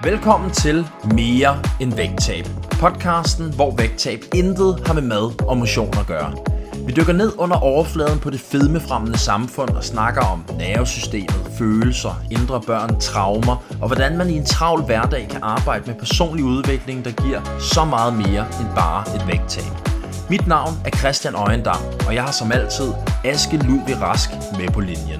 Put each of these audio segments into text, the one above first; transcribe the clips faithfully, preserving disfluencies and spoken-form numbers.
Velkommen til Mere end vægttab. Podcasten, hvor vægttab intet har med mad og motion at gøre. Vi dykker ned under overfladen på det fedmefremmende samfund og snakker om nervesystemet, følelser, indre børn, traumer og hvordan man i en travl hverdag kan arbejde med personlig udvikling, der giver så meget mere end bare et vægttab. Mit navn er Christian Øjendam, og jeg har som altid Aske Ludvig Rask med på linjen.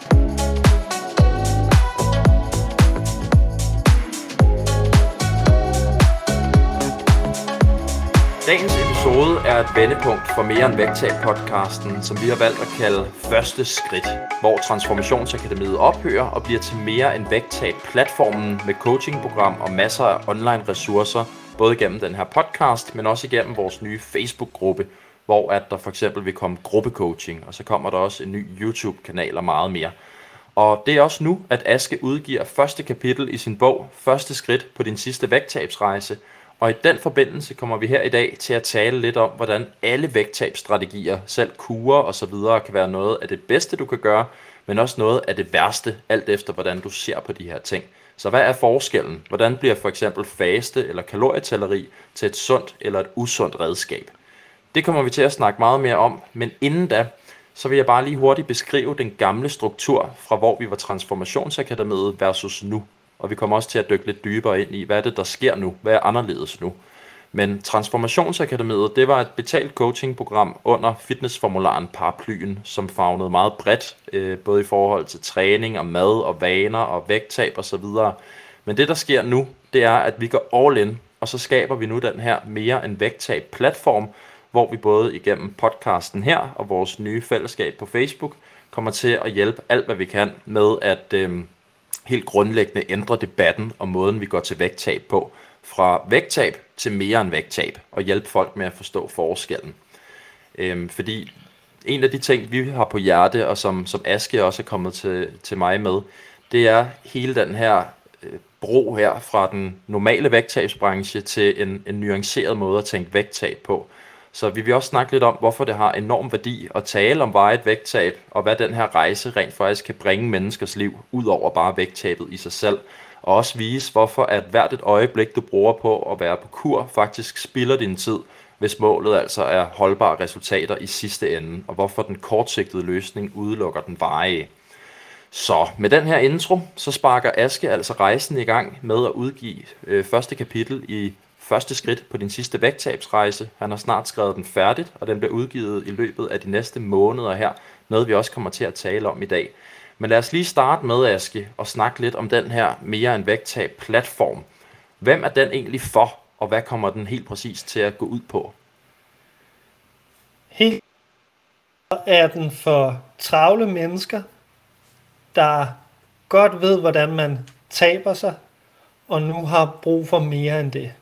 Dagens episode er et vendepunkt for Mere end vægttab-podcasten, som vi har valgt at kalde Første Skridt, hvor Transformationsakademiet ophører og bliver til Mere end vægttab-platformen med coachingprogram og masser af online ressourcer, både gennem den her podcast, men også igennem vores nye Facebook-gruppe, hvor at der for eksempel vil komme gruppecoaching, og så kommer der også en ny YouTube-kanal og meget mere. Og det er også nu, at Aske udgiver første kapitel i sin bog, Første Skridt på din sidste vægttabsrejse. Og i den forbindelse kommer vi her i dag til at tale lidt om, hvordan alle vægttabsstrategier, selv kurer og så videre, kan være noget af det bedste, du kan gøre, men også noget af det værste, alt efter hvordan du ser på de her ting. Så hvad er forskellen? Hvordan bliver for eksempel faste eller kalorietælleri til et sundt eller et usundt redskab? Det kommer vi til at snakke meget mere om, men inden da, så vil jeg bare lige hurtigt beskrive den gamle struktur fra hvor vi var Transformationsakademiet versus nu. Og vi kommer også til at dykke lidt dybere ind i, hvad er det, der sker nu? Hvad er anderledes nu? Men Transformationsakademiet, det var et betalt coachingprogram under fitnessformularen Paraplyen, som favnede meget bredt, øh, både i forhold til træning og mad og vaner og vægttab osv. Men det, der sker nu, det er, at vi går all in, og så skaber vi nu den her Mere end vægttab-platform, hvor vi både igennem podcasten her og vores nye fællesskab på Facebook kommer til at hjælpe alt, hvad vi kan med at øh, helt grundlæggende ændre debatten og måden, vi går til vægttab på. Fra vægttab til mere end vægttab, og hjælpe folk med at forstå forskellen. Øhm, fordi en af de ting, vi har på hjerte, og som, som Aske også er kommet til, til mig med, det er hele den her øh, bro her fra den normale vægttabsbranche til en, en nuanceret måde at tænke vægttab på. Så vi vil også snakke lidt om, hvorfor det har enorm værdi at tale om varigt vægttab, og hvad den her rejse rent faktisk kan bringe menneskers liv, ud over bare vægttabet i sig selv. Og også vise, hvorfor at hvert et øjeblik, du bruger på at være på kur, faktisk spilder din tid, hvis målet altså er holdbare resultater i sidste ende, og hvorfor den kortsigtede løsning udelukker den varige. Så med den her intro, så sparker Aske altså rejsen i gang med at udgive øh, første kapitel i Første Skridt på din sidste vægttabsrejse. Han har snart skrevet den færdigt, og den bliver udgivet i løbet af de næste måneder her, noget vi også kommer til at tale om i dag. Men lad os lige starte med, Aske, og snakke lidt om den her Mere end vægttab-platform. Hvem er den egentlig for, og hvad kommer den helt præcis til at gå ud på? Helt er den for travle mennesker, der godt ved, hvordan man taber sig, og nu har brug for mere end det.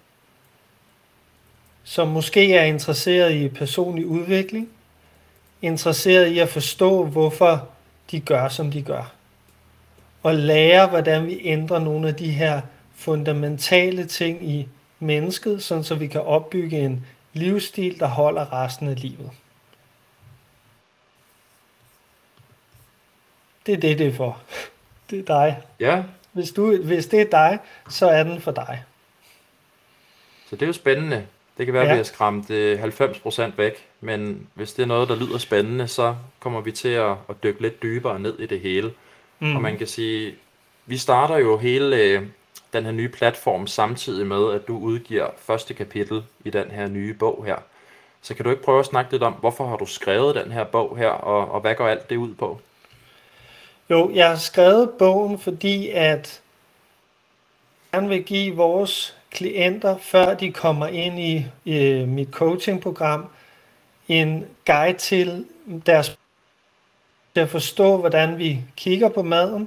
Som måske er interesseret i personlig udvikling, interesseret i at forstå, hvorfor de gør, som de gør. Og lære, hvordan vi ændrer nogle af de her fundamentale ting i mennesket, sådan så vi kan opbygge en livsstil, der holder resten af livet. Det er det, det er for. Det er dig. Ja. Hvis, du, hvis det er dig, så er den for dig. Så det er jo spændende. Det kan være, at Ja. vi har skræmt halvfems procent væk, men hvis det er noget, der lyder spændende, så kommer vi til at, at dykke lidt dybere ned i det hele. Mm. Og man kan sige, vi starter jo hele øh, den her nye platform samtidig med, at du udgiver første kapitel i den her nye bog her. Så kan du ikke prøve at snakke lidt om, hvorfor har du skrevet den her bog her, og, og hvad går alt det ud på? Jo, jeg har skrevet bogen, fordi at jeg gerne vil give vores klienter, før de kommer ind i, i mit coachingprogram, en guide til deres til at forstå, hvordan vi kigger på maden.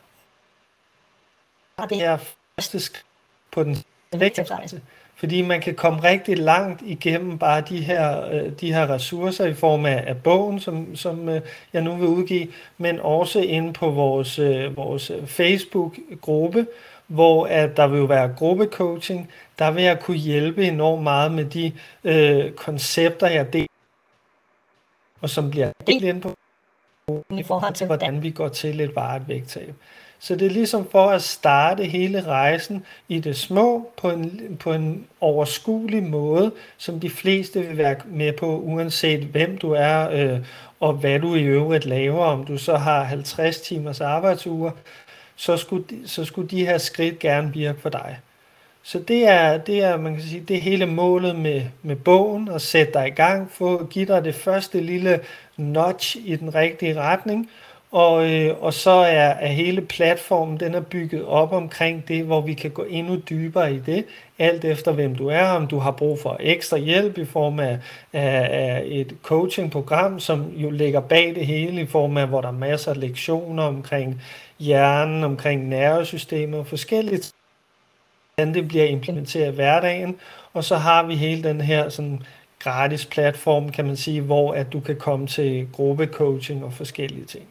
Og det er første skridt på den vægttabsrejse, fordi man kan komme rigtig langt igennem bare de her, de her ressourcer i form af, af bogen, som, som jeg nu vil udgive, men også inde på vores, vores Facebook-gruppe, hvor at der vil være gruppecoaching. Der vil jeg kunne hjælpe enormt meget med de øh, koncepter, jeg deler, og som bliver delt ind på i forhold til, hvordan vi går til et varigt vægttab. Så det er ligesom for at starte hele rejsen i det små på en, på en overskuelig måde, som de fleste vil være med på, uanset hvem du er øh, og hvad du i øvrigt laver. Om du så har halvtreds timers arbejdsuger, så skulle, så skulle de her skridt gerne virke for dig. Så det er, det er, man kan sige, det er hele målet med, med bogen, at sætte dig i gang, få, give dig det første lille nudge i den rigtige retning, og, øh, og så er, er hele platformen, den er bygget op omkring det, hvor vi kan gå endnu dybere i det, alt efter hvem du er, om du har brug for ekstra hjælp i form af, af, af et coachingprogram, som jo ligger bag det hele, i form af, hvor der er masser af lektioner omkring hjernen, omkring nervesystemet og forskelligt, hvordan det bliver implementeret i hverdagen, og så har vi hele den her sådan gratis platform, kan man sige, hvor at du kan komme til gruppecoaching og forskellige ting.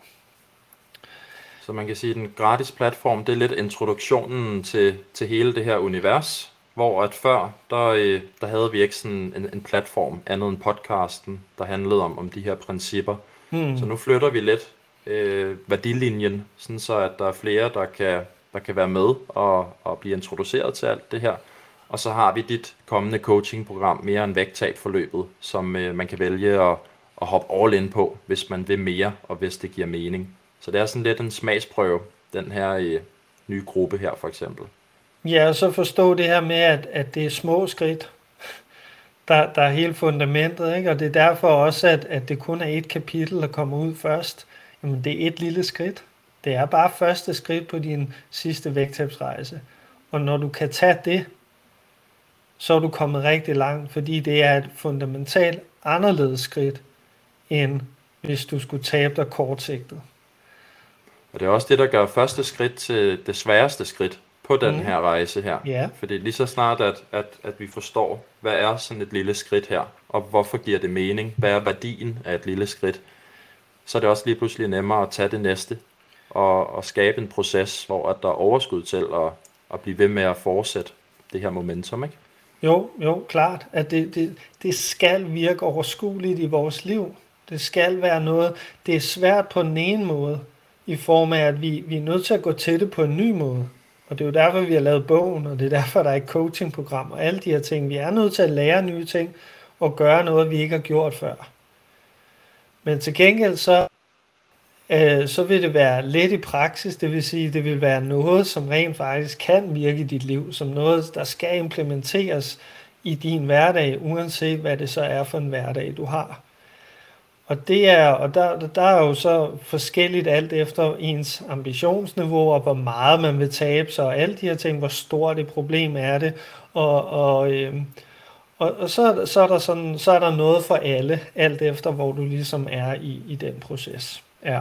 Så man kan sige, at den gratis platform, det er lidt introduktionen til, til hele det her univers, hvor at før, der, der havde vi ikke sådan en, en platform andet end podcasten, der handlede om, om de her principper. Hmm. Så nu flytter vi lidt øh, værdilinjen, sådan så at der er flere, der kan der kan være med og, og blive introduceret til alt det her. Og så har vi dit kommende coachingprogram, mere end vægttab-forløbet, som øh, man kan vælge at, at hoppe all in på, hvis man vil mere, og hvis det giver mening. Så det er sådan lidt en smagsprøve, den her øh, nye gruppe her for eksempel. Ja, og så forstå det her med, at, at det er små skridt, der, der er hele fundamentet, ikke? Og det er derfor også, at, at det kun er et kapitel, der kommer ud først. Jamen, det er et lille skridt. Det er bare første skridt på din sidste vægttabsrejse. Og når du kan tage det, så er du kommet rigtig langt, fordi det er et fundamentalt anderledes skridt, end hvis du skulle tabe dig kortsigtet. Og det er også det, der gør første skridt til det sværeste skridt på den mm. her rejse her. Yeah. Fordi lige så snart, at, at, at vi forstår, hvad er sådan et lille skridt her, og hvorfor giver det mening, hvad er værdien af et lille skridt, så er det også lige pludselig nemmere at tage det næste, og, og skabe en proces, hvor at der er overskud til at, at blive ved med at fortsætte det her momentum, ikke? Jo, jo, klart, at det, det, det skal virke overskueligt i vores liv. Det skal være noget, det er svært på den ene måde, i form af, at vi, vi er nødt til at gå til det på en ny måde. Og det er jo derfor, vi har lavet bogen, og det er derfor, der er et coachingprogram, og alle de her ting. Vi er nødt til at lære nye ting, og gøre noget, vi ikke har gjort før. Men til gengæld så, øh, så vil det være let i praksis, det vil sige, det vil være noget, som rent faktisk kan virke i dit liv, som noget, der skal implementeres i din hverdag, uanset hvad det så er for en hverdag, du har. Og, det er, og der, der er jo så forskelligt alt efter ens ambitionsniveau, og hvor meget man vil tabe sig, og alle de her ting, hvor stort et problem er det, og, og, øh, og, og så, så, er der sådan, så er der noget for alle, alt efter hvor du ligesom er i, i den proces. Ja.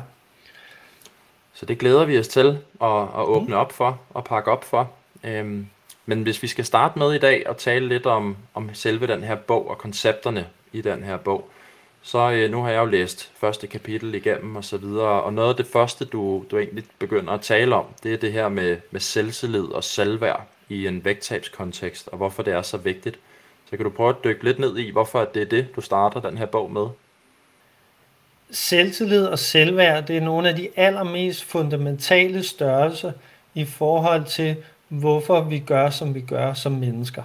Så det glæder vi os til at, at åbne mm. op for og pakke op for. Øhm, men hvis vi skal starte med i dag og tale lidt om, om selve den her bog og koncepterne i den her bog, så øh, nu har jeg jo læst første kapitel igennem og så videre, og noget af det første, du, du egentlig begynder at tale om, det er det her med, med selvtillid og selvværd i en vægttabskontekst, og hvorfor det er så vigtigt. Så kan du prøve at dykke lidt ned i, hvorfor det er det, du starter den her bog med? Selvtillid og selvværd, det er nogle af de allermest fundamentale størrelser i forhold til, hvorfor vi gør, som vi gør som mennesker.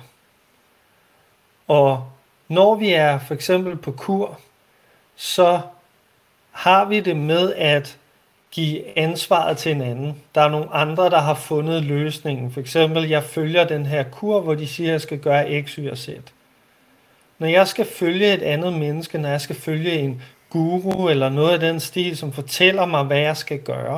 Og når vi er for eksempel på kur, så har vi det med at give ansvaret til en anden. Der er nogle andre, der har fundet løsningen. For eksempel, jeg følger den her kur, hvor de siger, at jeg skal gøre X, Y og Z. Når jeg skal følge et andet menneske, når jeg skal følge en guru eller noget af den stil, som fortæller mig, hvad jeg skal gøre,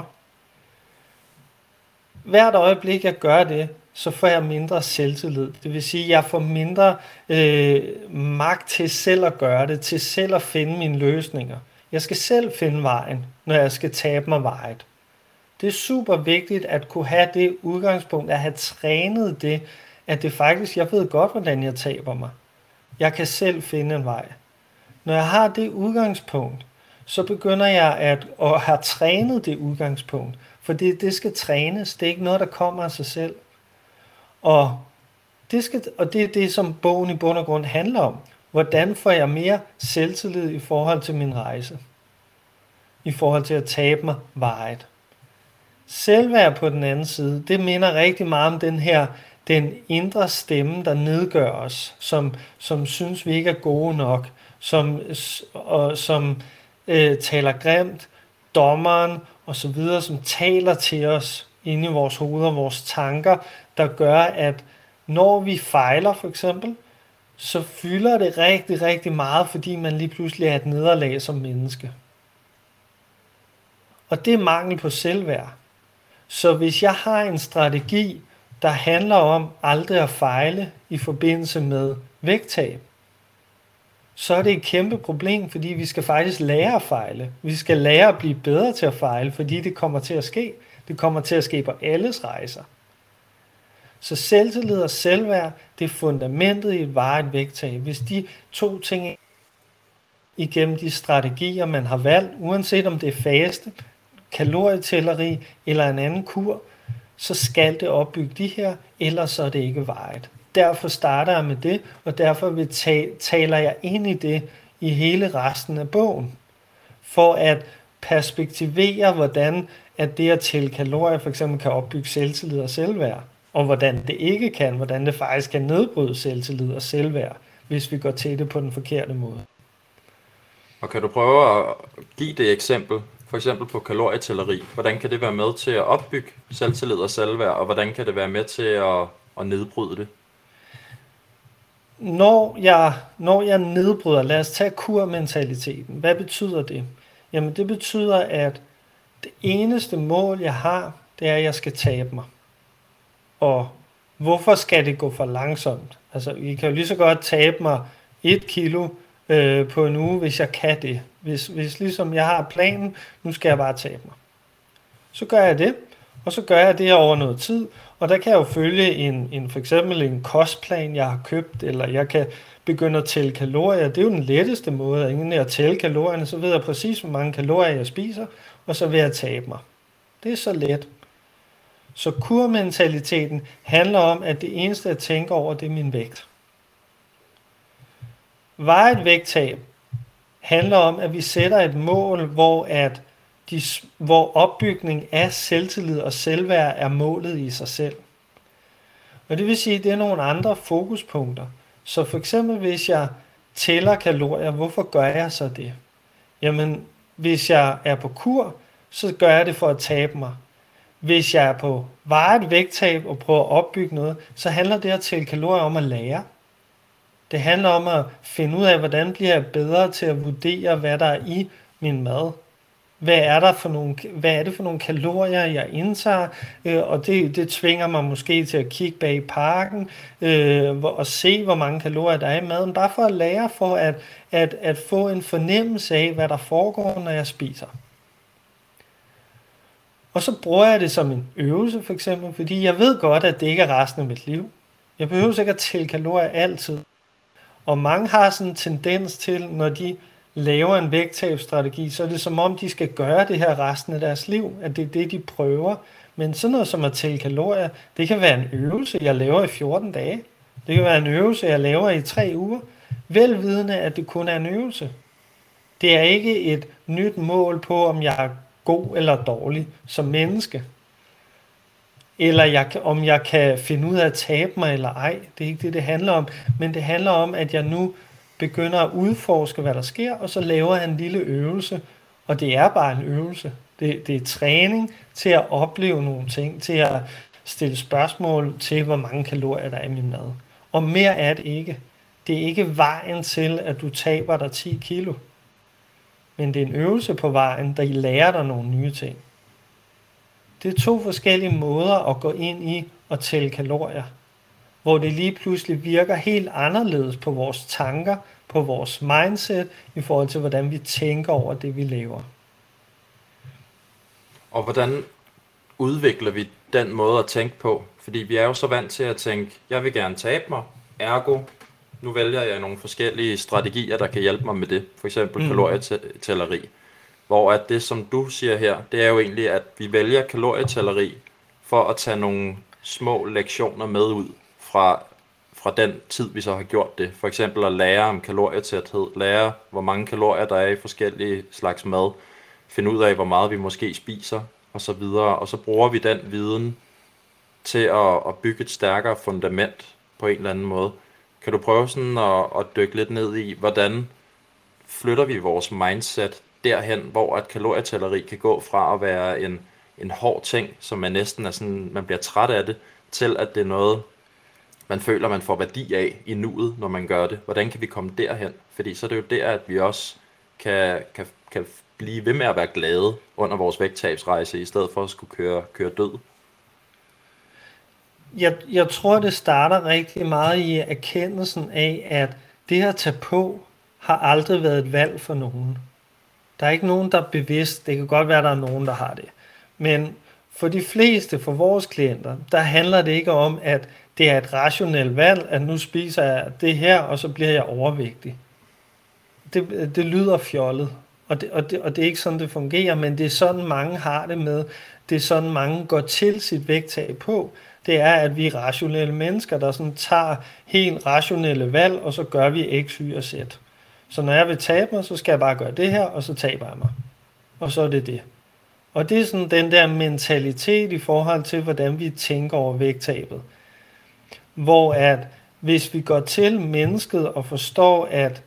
hvert øjeblik, jeg gør det, så får jeg mindre selvtillid. Det vil sige, at jeg får mindre øh, magt til selv at gøre det, til selv at finde mine løsninger. Jeg skal selv finde vejen, når jeg skal tabe mig vejet. Det er super vigtigt at kunne have det udgangspunkt, at have trænet det, at det faktisk, jeg ved godt, hvordan jeg taber mig. Jeg kan selv finde en vej. Når jeg har det udgangspunkt, så begynder jeg at, at have trænet det udgangspunkt, for det, det skal trænes. Det er ikke noget, der kommer af sig selv. Og det, skal, og det er det, som bogen i bund og grund handler om. Hvordan får jeg mere selvtillid i forhold til min rejse? i forhold til at tabe mig varigt. Selvværd på den anden side, det minder rigtig meget om den her, den indre stemme, der nedgør os, som, som synes, vi ikke er gode nok, som, og, som øh, taler grimt, dommeren og så videre, som taler til os inde i vores hoveder, vores tanker, der gør, at når vi fejler for eksempel, så fylder det rigtig, rigtig meget, fordi man lige pludselig er et nederlag som menneske. Og det er mangel på selvværd. Så hvis jeg har en strategi, der handler om aldrig at fejle i forbindelse med vægttab, så er det et kæmpe problem, fordi vi skal faktisk lære at fejle. Vi skal lære at blive bedre til at fejle, fordi det kommer til at ske. Det kommer til at ske på alles rejser. Så selvtillid og selvværd, det er fundamentet i et varigt vægttab. Hvis de to ting igennem de strategier, man har valgt, uanset om det er faste, kalorietælleri eller en anden kur, så skal det opbygge de her, ellers så er det ikke varigt. Derfor starter jeg med det, og derfor vil ta- taler jeg ind i det i hele resten af bogen. For at perspektivere, hvordan at det at tælle kalorier for eksempel kan opbygge selvtillid og selvværd, og hvordan det ikke kan, hvordan det faktisk kan nedbryde selvtillid og selvværd, hvis vi går til det på den forkerte måde. Og kan du prøve at give det eksempel, for eksempel på kalorietælleri? Hvordan kan det være med til at opbygge selvtillid og selvværd, og hvordan kan det være med til at, at nedbryde det? Når jeg, når jeg nedbryder, lad os tage kurmentaliteten. Hvad betyder det? Jamen det betyder, at det eneste mål, jeg har, det er, at jeg skal tabe mig. Og hvorfor skal det gå for langsomt? Altså, I kan jo lige så godt tabe mig et kilo øh, på en uge, hvis jeg kan det. Hvis, hvis ligesom jeg har planen, nu skal jeg bare tabe mig. Så gør jeg det, og så gør jeg det over noget tid, og der kan jeg jo følge en, en for eksempel en kostplan, jeg har købt, eller jeg kan begynde at tælle kalorier. Det er jo den letteste måde, inden jeg tæller kalorierne, så ved jeg præcis, hvor mange kalorier jeg spiser, og så vil jeg tabe mig. Det er så let. Så kurmentaliteten handler om, at det eneste, jeg tænker over, det er min vægt. Varigt vægttab handler om, at vi sætter et mål, hvor, at de, hvor opbygning af selvtillid og selvværd er målet i sig selv. Og det vil sige, at det er nogle andre fokuspunkter. Så for eksempel, hvis jeg tæller kalorier, hvorfor gør jeg så det? Jamen, hvis jeg er på kur, så gør jeg det for at tabe mig. Hvis jeg er på varigt vægttab og prøver at opbygge noget, så handler det at tælle kalorier om at lære. Det handler om at finde ud af, hvordan bliver jeg bedre til at vurdere, hvad der er i min mad. Hvad er, der for nogle, hvad er det for nogle kalorier, jeg indtager? Øh, og det, det tvinger mig måske til at kigge bag i pakken øh, og se, hvor mange kalorier der er i maden. Bare for at lære, for at, at, at få en fornemmelse af, hvad der foregår, når jeg spiser. Og så bruger jeg det som en øvelse for eksempel, fordi jeg ved godt, at det ikke er resten af mit liv. Jeg behøver ikke at tælle kalorier altid. Og mange har sådan en tendens til, når de laver en vægttabsstrategi, så er det som om, de skal gøre det her resten af deres liv, at det er det, de prøver. Men sådan noget som at tælle kalorier, det kan være en øvelse, jeg laver i fjorten dage. Det kan være en øvelse, jeg laver i tre uger. Velvidende, at det kun er en øvelse. Det er ikke et nyt mål på, om jeg er god eller dårlig som menneske. Eller jeg, om jeg kan finde ud af at tabe mig eller ej. Det er ikke det, det handler om. Men det handler om, at jeg nu begynder at udforske, hvad der sker, og så laver jeg en lille øvelse. Og det er bare en øvelse. Det, det er træning til at opleve nogle ting, til at stille spørgsmål til, hvor mange kalorier der er i min mad. Og mere er det ikke. Det er ikke vejen til, at du taber dig ti kilo. Men det er en øvelse på vejen, der lærer dig nogle nye ting. Det er to forskellige måder at gå ind i og tælle kalorier, hvor det lige pludselig virker helt anderledes på vores tanker, på vores mindset, i forhold til hvordan vi tænker over det, vi laver. Og hvordan udvikler vi den måde at tænke på? Fordi vi er jo så vant til at tænke, jeg vil gerne tabe mig, ergo, nu vælger jeg nogle forskellige strategier, der kan hjælpe mig med det. For eksempel mm. kalorietælleri. Hvor at det, som du siger her, det er jo egentlig, at vi vælger kalorietælleri for at tage nogle små lektioner med ud fra, fra den tid, vi så har gjort det. For eksempel at lære om kalorietæthed, lære, hvor mange kalorier der er i forskellige slags mad. finde ud af, hvor meget vi måske spiser, og så videre. Og så bruger vi den viden til at, at bygge et stærkere fundament på en eller anden måde. Kan du prøve sådan at, at dykke lidt ned i, hvordan flytter vi vores mindset derhen, hvor at kalorietælleri kan gå fra at være en, en hård ting, som man næsten er sådan, man bliver træt af det, til at det er noget, man føler, man får værdi af i nuet, når man gør det. Hvordan kan vi komme derhen? Fordi så er det jo der, at vi også kan, kan, kan blive ved med at være glade under vores vægttabsrejse, i stedet for at skulle køre, køre død. Jeg, jeg tror, det starter rigtig meget i erkendelsen af, at det at tage på har aldrig været et valg for nogen. Der er ikke nogen, der er bevidst. Det kan godt være, der er nogen, der har det. Men for de fleste, for vores klienter, der handler det ikke om, at det er et rationelt valg, at nu spiser jeg det her, og så bliver jeg overvægtig. Det, det lyder fjollet, og det, og, det, og det er ikke sådan, det fungerer, men det er sådan, mange har det med. Det er sådan, mange går til sit vægttab på. Det er, at vi er rationelle mennesker, der sådan tager helt rationelle valg, og så gør vi X, Y og Z. Så når jeg vil tabe mig, så skal jeg bare gøre det her, og så taber jeg mig. Og så er det det. Og det er sådan den der mentalitet i forhold til, hvordan vi tænker over vægttabet. Hvor at hvis vi går til mennesket og forstår, at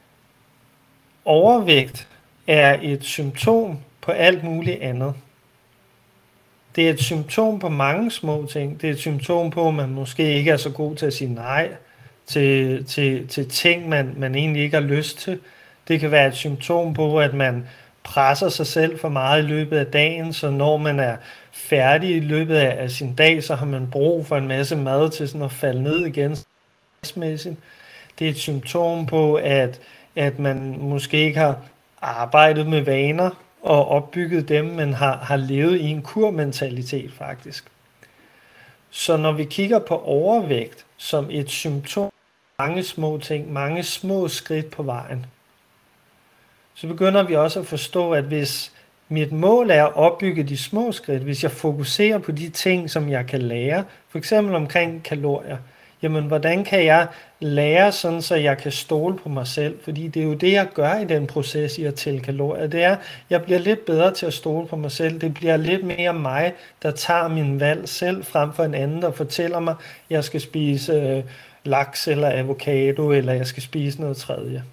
overvægt er et symptom på alt muligt andet. Det er et symptom på mange små ting. Det er et symptom på, at man måske ikke er så god til at sige nej til, til, til ting, man, man egentlig ikke har lyst til. Det kan være et symptom på, at man presser sig selv for meget i løbet af dagen, så når man er færdig i løbet af, af sin dag, så har man brug for en masse mad til sådan at falde ned igen. Det er et symptom på, at, at man måske ikke har arbejdet med vaner og opbygget dem, men har, har levet i en kurmentalitet faktisk. Så når vi kigger på overvægt som et symptom, mange små ting, mange små skridt på vejen, så begynder vi også at forstå, at hvis mit mål er at opbygge de små skridt, hvis jeg fokuserer på de ting, som jeg kan lære, for eksempel omkring kalorier, jamen hvordan kan jeg lære sådan, så jeg kan stole på mig selv? Fordi det er jo det, jeg gør i den proces i at tælle kalorier. Det er, jeg bliver lidt bedre til at stole på mig selv. Det bliver lidt mere mig, der tager min valg selv, frem for en anden, der fortæller mig, at jeg skal spise øh, laks eller avocado, eller jeg skal spise noget tredje.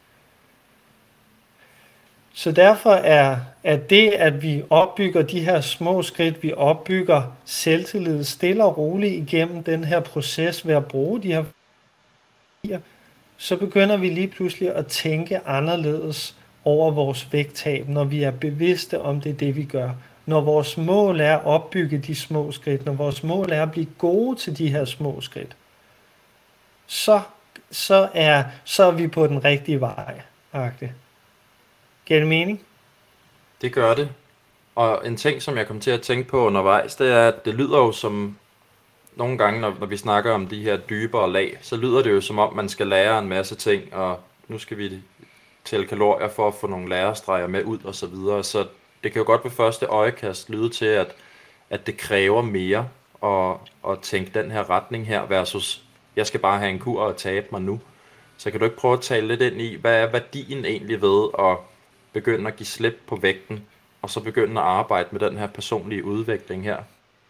Så derfor er, er det, at vi opbygger de her små skridt, vi opbygger selvtillid stille og roligt igennem den her proces ved at bruge de her, så begynder vi lige pludselig at tænke anderledes over vores vægttab, når vi er bevidste om det, det vi gør. Når vores mål er at opbygge de små skridt, når vores mål er at blive gode til de her små skridt, så, så, er, så er vi på den rigtige vej. Agtigt. Giver det mening? Det gør det. Og en ting, som jeg kom til at tænke på undervejs, det er, at det lyder jo som, nogle gange, når, når vi snakker om de her dybere lag, så lyder det jo som om, man skal lære en masse ting, og nu skal vi tælle kalorier for at få nogle lærestreger med ud og så videre. Så det kan jo godt ved første øjekast lyde til, at, at det kræver mere at, at tænke den her retning her, versus jeg skal bare have en kur og tabe mig nu. Så kan du ikke prøve at tale lidt ind i, hvad er værdien egentlig ved at begynde at give slip på vægten, og så begynde at arbejde med den her personlige udvikling her?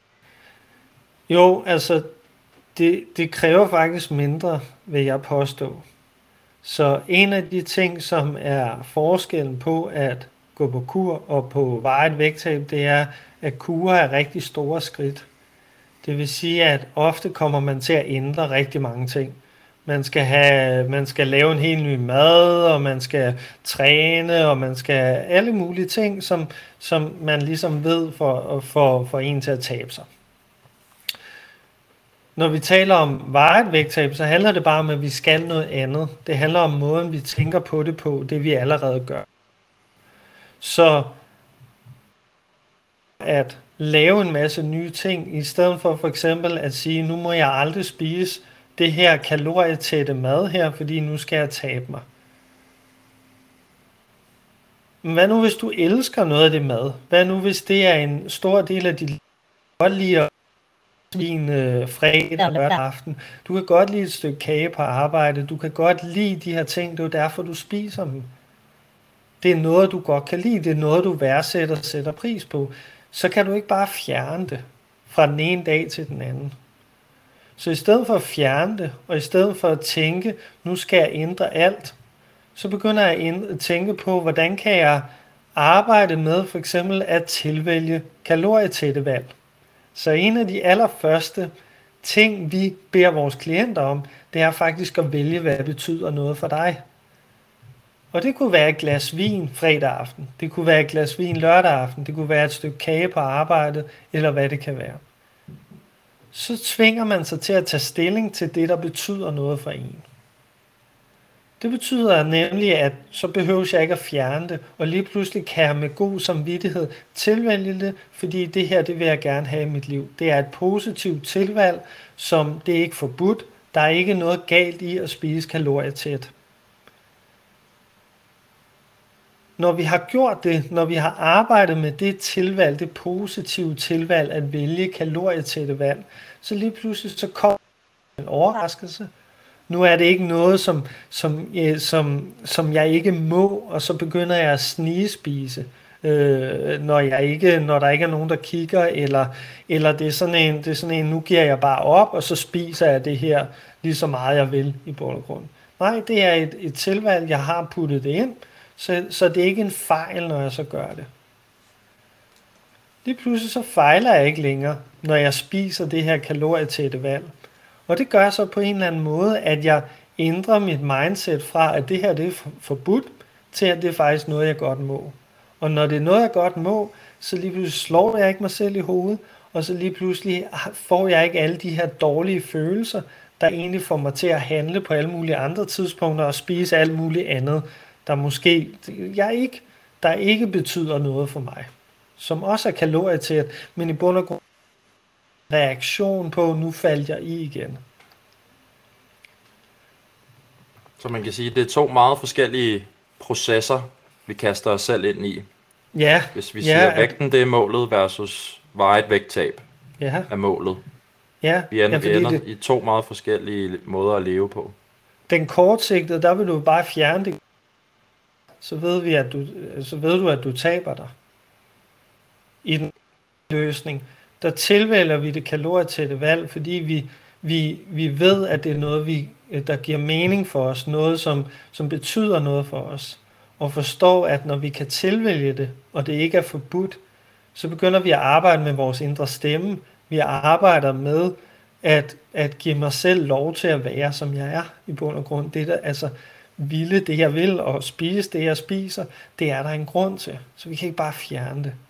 Jo, altså, det, det kræver faktisk mindre, vil jeg påstå. Så en af de ting, som er forskellen på at gå på kur og på varigt vægttab, det er, at kurer er rigtig store skridt. Det vil sige, at ofte kommer man til at ændre rigtig mange ting. Man skal, have, man skal lave en helt ny mad, og man skal træne, og man skal alle mulige ting, som, som man ligesom ved for, for, for en til at tabe sig. Når vi taler om varigt vægttab, så handler det bare om, at vi skal noget andet. Det handler om måden, vi tænker på det på, det vi allerede gør. Så at lave en masse nye ting, i stedet for for eksempel at sige, nu må jeg aldrig spise det her kalorietætte mad her, fordi nu skal jeg tabe mig. Men hvad nu hvis du elsker noget af det mad? Hvad nu hvis det er en stor del af dit liv? Du kan godt lide at svin øh, fredag og lørdag aften. Du kan godt lide et stykke kage på arbejde. Du kan godt lide de her ting. Det er jo derfor, du spiser dem. det er noget, du godt kan lide, det er noget, du værdsætter og sætter pris på, så kan du ikke bare fjerne det fra den ene dag til den anden. Så i stedet for at fjerne det, og i stedet for at tænke, nu skal jeg ændre alt, så begynder jeg at tænke på, hvordan kan jeg arbejde med for eksempel at tilvælge kalorietætte valg. Så en af de allerførste ting, vi beder vores klienter om, det er faktisk at vælge, hvad det betyder noget for dig. Og det kunne være et glas vin fredag aften, det kunne være et glas vin lørdag aften, det kunne være et stykke kage på arbejdet, eller hvad det kan være. Så tvinger man sig til at tage stilling til det, der betyder noget for en. Det betyder nemlig, at så behøver jeg ikke at fjerne det, og lige pludselig kan jeg med god samvittighed tilvælge det, fordi det her, det vil jeg gerne have i mit liv. Det er et positivt tilvalg, som det er ikke forbudt. Der er ikke noget galt i at spise kalorietæt. Når vi har gjort det, når vi har arbejdet med det tilvalg, det positive tilvalg at vælge kalorietætte valg, så lige pludselig så kommer en overraskelse. Nu er det ikke noget, som, som, som, som jeg ikke må, og så begynder jeg at snigespise, øh, når, jeg ikke, når der ikke er nogen, der kigger, eller, eller det, er sådan en, det er sådan en, nu giver jeg bare op, og så spiser jeg det her lige så meget jeg vil i bund og grund. Nej, det er et, et tilvalg, jeg har puttet det ind, så, så det er ikke en fejl, når jeg så gør det. Lige pludselig så fejler jeg ikke længere, når jeg spiser det her kalorietætte valg. Og det gør så på en eller anden måde, at jeg ændrer mit mindset fra, at det her det er forbudt, til at det er faktisk noget, jeg godt må. Og når det er noget, jeg godt må, så lige pludselig slår jeg ikke mig selv i hovedet, og så lige pludselig får jeg ikke alle de her dårlige følelser, der egentlig får mig til at handle på alle mulige andre tidspunkter og spise alt muligt andet, der måske jeg ikke, der ikke betyder noget for mig. Som også er kalorietæt, men i bund og grund reaktion på, nu faldt jeg i igen. Så man kan sige, at det er to meget forskellige processer, vi kaster os selv ind i. Ja. Hvis vi ja, siger, at vægten det er målet versus varigt vægttab ja. er målet. Ja. Vi ender, ja, vi ender det, i to meget forskellige måder at leve på. Den kortsigtede, der vil du bare fjerne det. Så ved, vi, at du, så ved du, at du taber dig. I den løsning, der tilvælger vi det kalorietætte valg, fordi vi, vi, vi ved, at det er noget, vi, der giver mening for os, noget, som, som betyder noget for os, og forstår, at når vi kan tilvælge det, og det ikke er forbudt, så begynder vi at arbejde med vores indre stemme. Vi arbejder med at, at give mig selv lov til at være, som jeg er i bund og grund. Det der, altså ville det, jeg vil, og spise det, jeg spiser, det er der en grund til. Så vi kan ikke bare fjerne det.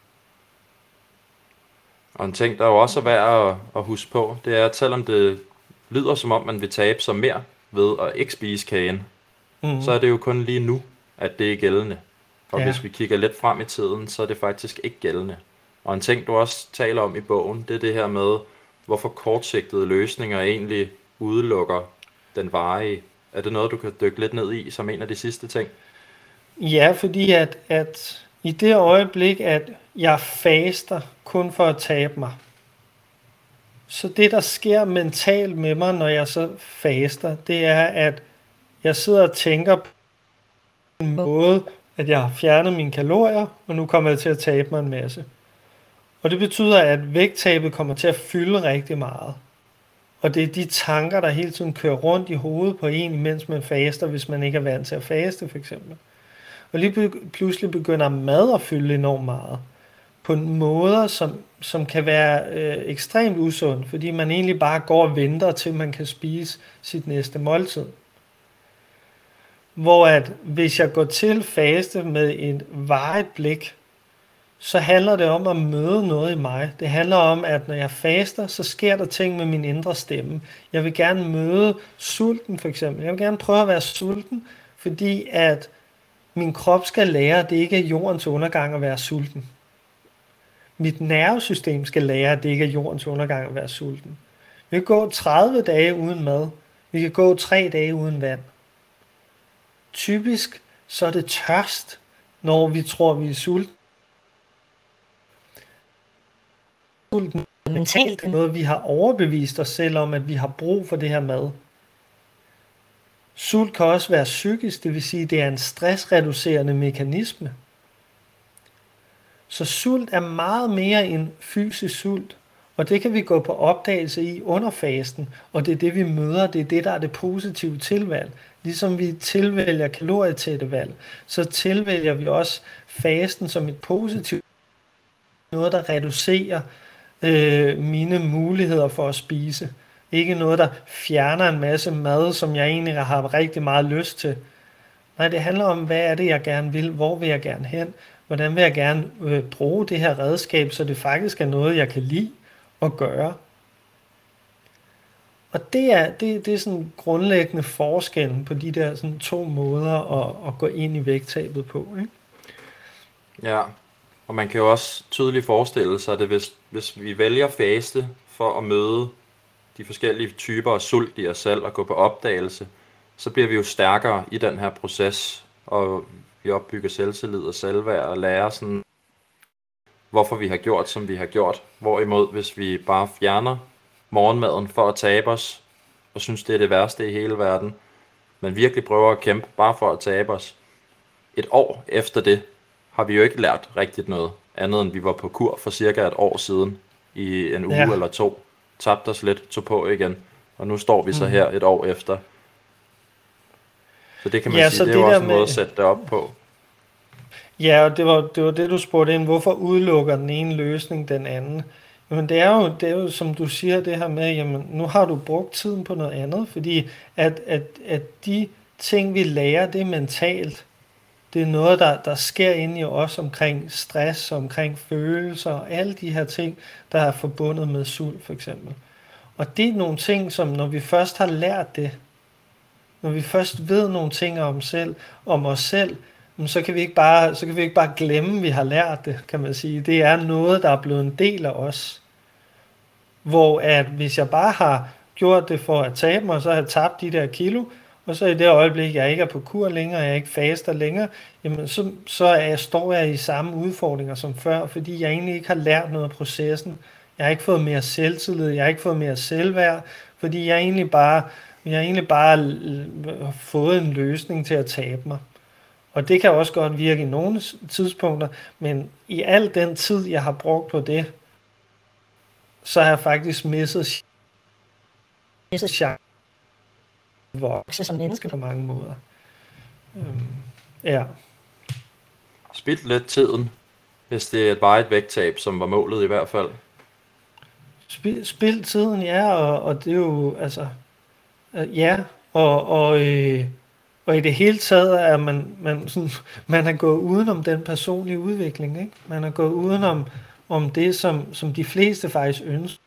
Og en ting, der jo også er værd at, at huske på, det er, at selvom det lyder som om, man vil tabe sig mere ved at ikke spise kagen, mm-hmm. så er det jo kun lige nu, at det er gældende. Og ja. Hvis vi kigger lidt frem i tiden, så er det faktisk ikke gældende. Og en ting, du også taler om i bogen, det er det her med, hvorfor kortsigtede løsninger egentlig udelukker den varige. Er det noget, du kan dykke lidt ned i som en af de sidste ting? Ja, fordi at, at i det øjeblik, at jeg faster kun for at tabe mig, så det, der sker mentalt med mig, når jeg så faster, det er, at jeg sidder og tænker på en måde, at jeg har fjernet mine kalorier, og nu kommer jeg til at tabe mig en masse. Og det betyder, at vægttabet kommer til at fylde rigtig meget. Og det er de tanker, der hele tiden kører rundt i hovedet på en, mens man faster, hvis man ikke er vant til at faste, for eksempel. Og lige pludselig begynder mad at fylde enormt meget. På måder, som, som kan være øh, ekstremt usund, fordi man egentlig bare går og venter, til man kan spise sit næste måltid. Hvor at hvis jeg går til faste med et varigt blik, så handler det om at møde noget i mig. Det handler om, at når jeg faster, så sker der ting med min indre stemme. Jeg vil gerne møde sulten, for eksempel. Jeg vil gerne prøve at være sulten, fordi at min krop skal lære, at det ikke er jordens undergang at være sulten. Mit nervesystem skal lære, at det ikke er jordens undergang at være sulten. Vi kan gå tredive dage uden mad. Vi kan gå tre dage uden vand. Typisk så er det tørst, når vi tror, vi er sulten. Mentalt er noget, vi har overbevist os selv om, at vi har brug for det her mad. Sult kan også være psykisk, det vil sige, at det er en stressreducerende mekanisme. Så sult er meget mere end fysisk sult, og det kan vi gå på opdagelse i under fasten, og det er det, vi møder, det er det, der er det positive tilvalg. Ligesom vi tilvælger kalorietætte valg, så tilvælger vi også fasten som et positivt, noget, der reducerer øh, mine muligheder for at spise. Ikke noget, der fjerner en masse mad, som jeg egentlig har rigtig meget lyst til. Nej, det handler om, hvad er det, jeg gerne vil, hvor vil jeg gerne hen, hvordan vil jeg gerne øh, bruge det her redskab, så det faktisk er noget, jeg kan lide at gøre. Og det er, det, det er sådan grundlæggende forskellen på de der sådan to måder at, at gå ind i vægttabet på, ikke? Ja, og man kan jo også tydeligt forestille sig det, hvis, hvis vi vælger faste for at møde de forskellige typer af sult i os selv og gå på opdagelse, så bliver vi jo stærkere i den her proces, og vi opbygger selvtillid og selvværd og lærer sådan, hvorfor vi har gjort, som vi har gjort. Hvorimod, hvis vi bare fjerner morgenmaden for at tabe os, og synes, det er det værste i hele verden, men virkelig prøver at kæmpe bare for at tabe os, et år efter det, har vi jo ikke lært rigtigt noget, andet end vi var på kur for cirka et år siden, i en uge ja. eller to, tabte os lidt, tog på igen, og nu står vi så her et år efter. Så det kan man ja, sige, det er det jo også en med... måde at sætte det op på. Ja, og det var, det var det, du spurgte ind. Hvorfor udelukker den ene løsning den anden? Jamen, det er jo, det er jo som du siger, det her med, jamen, nu har du brugt tiden på noget andet, fordi at, at, at de ting, vi lærer, det er mentalt. Det er noget, der, der sker inde i os omkring stress, omkring følelser, og alle de her ting, der er forbundet med sult, for eksempel. Og det er nogle ting, som når vi først har lært det, når vi først ved nogle ting om, selv, om os selv, så kan vi ikke bare, så kan vi ikke bare glemme, at vi har lært det, kan man sige. Det er noget, der er blevet en del af os. Hvor at hvis jeg bare har gjort det for at tabe mig, så har jeg tabt de der kilo, og så i det øjeblik, jeg ikke er på kur længere, jeg ikke faster længere, jamen så, så er jeg, står jeg i samme udfordringer som før, fordi jeg egentlig ikke har lært noget af processen. Jeg har ikke fået mere selvtillid, jeg har ikke fået mere selvværd, fordi jeg egentlig bare, jeg har egentlig bare fået en løsning til at tabe mig. Og det kan også godt virke i nogle tidspunkter, men i al den tid, jeg har brugt på det, så har jeg faktisk misset chancen at vokse som menneske på mange måder. Øhm, ja. Spildt lidt tiden, hvis det er bare et vægttab, som var målet i hvert fald. Spil, spil tiden, ja, og, og det er jo, altså, øh, ja, og, og, øh, og i det hele taget er man, man, sådan, man er gået udenom den personlige udvikling, ikke? Man er gået udenom om det, som, som de fleste faktisk ønsker.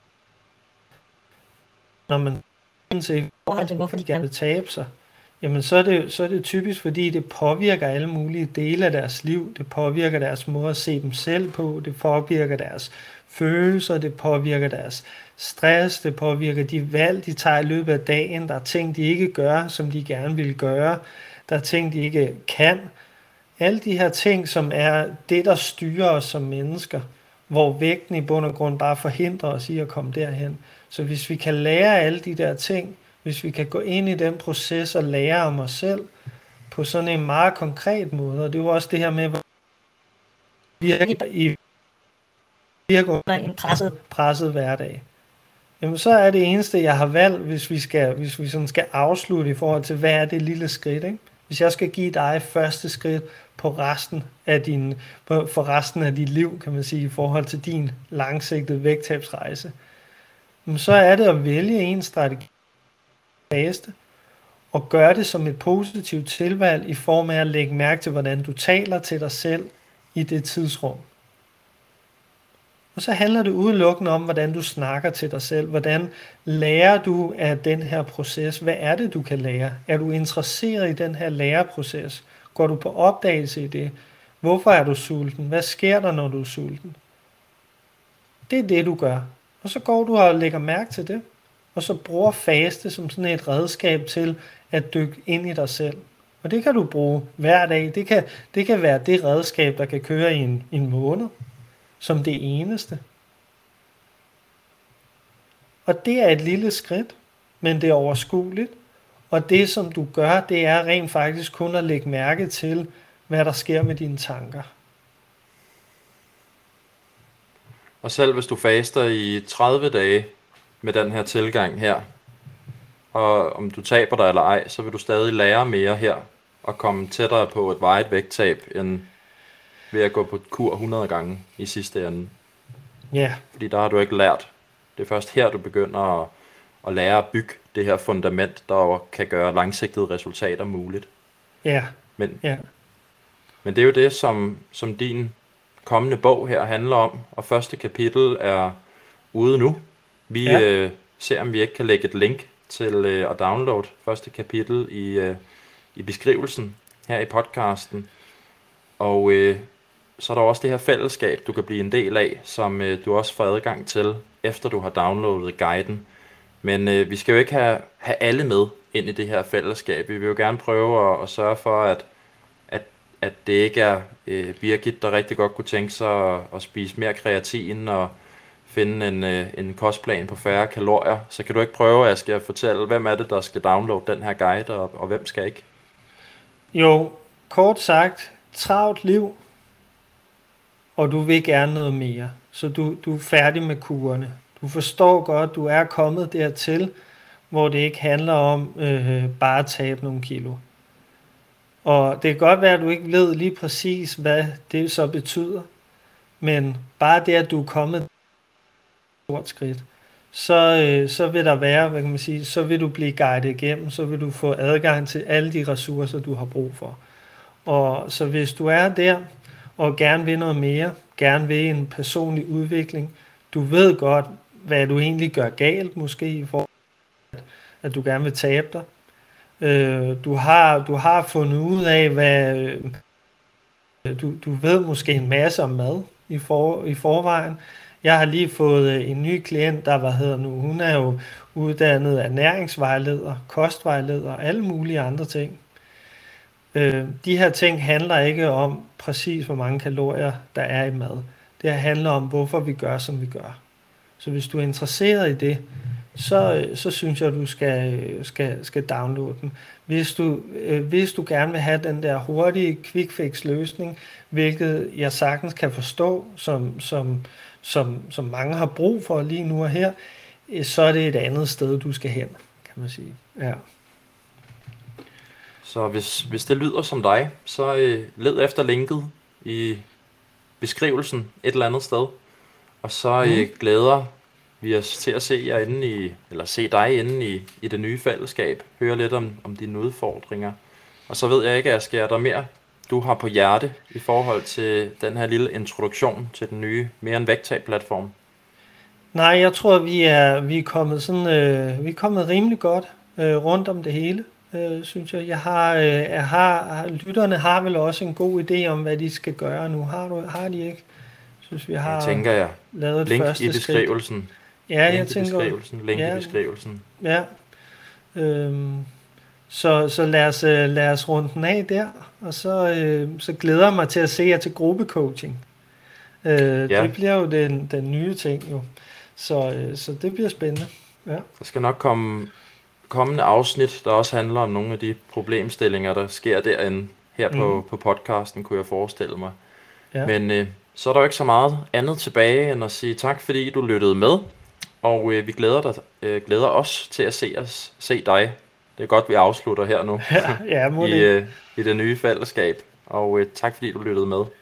Når man ser hvorfor de gerne vil tabe sig, jamen så er, det, så er det typisk, fordi det påvirker alle mulige dele af deres liv. Det påvirker deres måde at se dem selv på, det påvirker deres følelser, det påvirker deres stress, det påvirker de valg, de tager i løbet af dagen. Der er ting, de ikke gør, som de gerne vil gøre. Der er ting, de ikke kan. Alle de her ting, som er det, der styrer os som mennesker, hvor vægten i bund og grund bare forhindrer os i at komme derhen. Så hvis vi kan lære alle de der ting, hvis vi kan gå ind i den proces og lære om os selv på sådan en meget konkret måde, og det er jo også det her med, at vi virker i virker under en presset, presset hverdag. Jamen så er det eneste, jeg har valgt, hvis vi, skal, hvis vi sådan skal afslutte i forhold til, hvad er det lille skridt, ikke? Hvis jeg skal give dig første skridt på resten af din, på, for resten af dit liv, kan man sige, i forhold til din langsigtede vægttabsrejse, så er det at vælge en strategi faste, og gøre det som et positivt tilvalg i form af at lægge mærke til, hvordan du taler til dig selv i det tidsrum. Og så handler det udelukkende om, hvordan du snakker til dig selv. Hvordan lærer du af den her proces? Hvad er det, du kan lære? Er du interesseret i den her læreproces? Går du på opdagelse i det? Hvorfor er du sulten? Hvad sker der, når du er sulten? Det er det, du gør. Og så går du og lægger mærke til det. Og så bruger faste som sådan et redskab til at dykke ind i dig selv. Og det kan du bruge hver dag. Det kan, det kan være det redskab, der kan køre i en, en måned. Som det eneste. Og det er et lille skridt, men det er overskueligt, Og det, som du gør, det er rent faktisk kun at lægge mærke til, hvad der sker med dine tanker. Og selv hvis du faster i tredive dage med den her tilgang her, og om du taber dig eller ej, så vil du stadig lære mere her, og komme tættere på et varigt vægttab, end ved at gå på kur hundrede gange i sidste ende. Ja. Yeah. Fordi der har du ikke lært. Det er først her, du begynder at, at lære at bygge det her fundament, der kan gøre langsigtede resultater muligt. Ja. Yeah. Men, yeah. men det er jo det, som, som din kommende bog her handler om, og første kapitel er ude nu. Vi ja. øh, ser, om vi ikke kan lægge et link til øh, at downloade første kapitel i, øh, i beskrivelsen her i podcasten. Og øh, så er der også det her fællesskab, du kan blive en del af, som øh, du også får adgang til, efter du har downloadet guiden. Men øh, vi skal jo ikke have, have alle med ind i det her fællesskab. Vi vil jo gerne prøve at, at sørge for, at, at, at det ikke er øh, Birgit, der rigtig godt kunne tænke sig at, at spise mere kreatin og finde en, øh, en kostplan på færre kalorier. Så kan du ikke prøve, at jeg skal fortælle, hvem er det, der skal downloade den her guide, og, og hvem skal ikke? Jo, kort sagt, travlt liv, og du vil gerne noget mere. Så du, du er færdig med kurerne. Du forstår godt, du er kommet dertil, hvor det ikke handler om øh, bare at tabe nogle kilo. Og det kan godt være, at du ikke ved lige præcis, hvad det så betyder. Men bare det, at du er kommet et stort skridt, så, øh, så vil der være, hvad kan man sige, så vil du blive guidet igennem, så vil du få adgang til alle de ressourcer, du har brug for. Og så hvis du er der, og gerne vil noget mere, gerne vil en personlig udvikling, du ved godt, hvad du egentlig gør galt, måske i forhold til, at du gerne vil tabe dig. Øh, du, har, du har fundet ud af, hvad øh, du, du ved måske en masse om mad i, for, i forvejen. Jeg har lige fået en ny klient, der hvad hedder nu, hun er jo uddannet ernæringsvejleder, kostvejleder og alle mulige andre ting. Øh, de her ting handler ikke om præcis, hvor mange kalorier der er i mad. Det handler om, hvorfor vi gør, som vi gør. Så hvis du er interesseret i det, så, så synes jeg, at du skal, skal, skal downloade den. Hvis du, øh, hvis du gerne vil have den der hurtige quick fix løsning, hvilket jeg sagtens kan forstå, som, som, som, som mange har brug for lige nu og her, så er det et andet sted, du skal hen, kan man sige. Ja. Så hvis, hvis det lyder som dig, så øh, led efter linket i beskrivelsen et eller andet sted. Og så øh, glæder vi os til at se jer inde i, eller se dig inde i, i det nye fællesskab. Høre lidt om, om dine udfordringer. Og så ved jeg ikke, Aske, er der mere, du har på hjerte i forhold til den her lille introduktion til den nye Mere End Vægttab-platform? Nej, jeg tror, vi er, vi er kommet sådan, øh, vi er kommet rimelig godt øh, rundt om det hele. Øh, synes jeg. Jeg har, øh, jeg har, lytterne har vel også en god idé om, hvad de skal gøre nu. Har, du, har de ikke? Synes vi har jeg tænker jeg. Lavet link første i beskrivelsen. Skridt. Ja, link jeg tænker. I beskrivelsen. Link ja, i beskrivelsen. Ja. Øhm, så så lad os lad os runde den af der, og så øh, så glæder jeg mig til at se jer til gruppecoaching. Øh, ja. Det bliver jo den den nye ting jo. Så øh, så det bliver spændende. Ja. Der skal nok komme kommende afsnit, der også handler om nogle af de problemstillinger, der sker derinde her på, mm. på podcasten, kunne jeg forestille mig. Ja. Men øh, så er der jo ikke så meget andet tilbage, end at sige tak, fordi du lyttede med. Og øh, vi glæder, dig, øh, glæder os til at se, os, se dig. Det er godt, vi afslutter her nu ja, ja, må i, øh, i det nye fællesskab. Og øh, tak, fordi du lyttede med.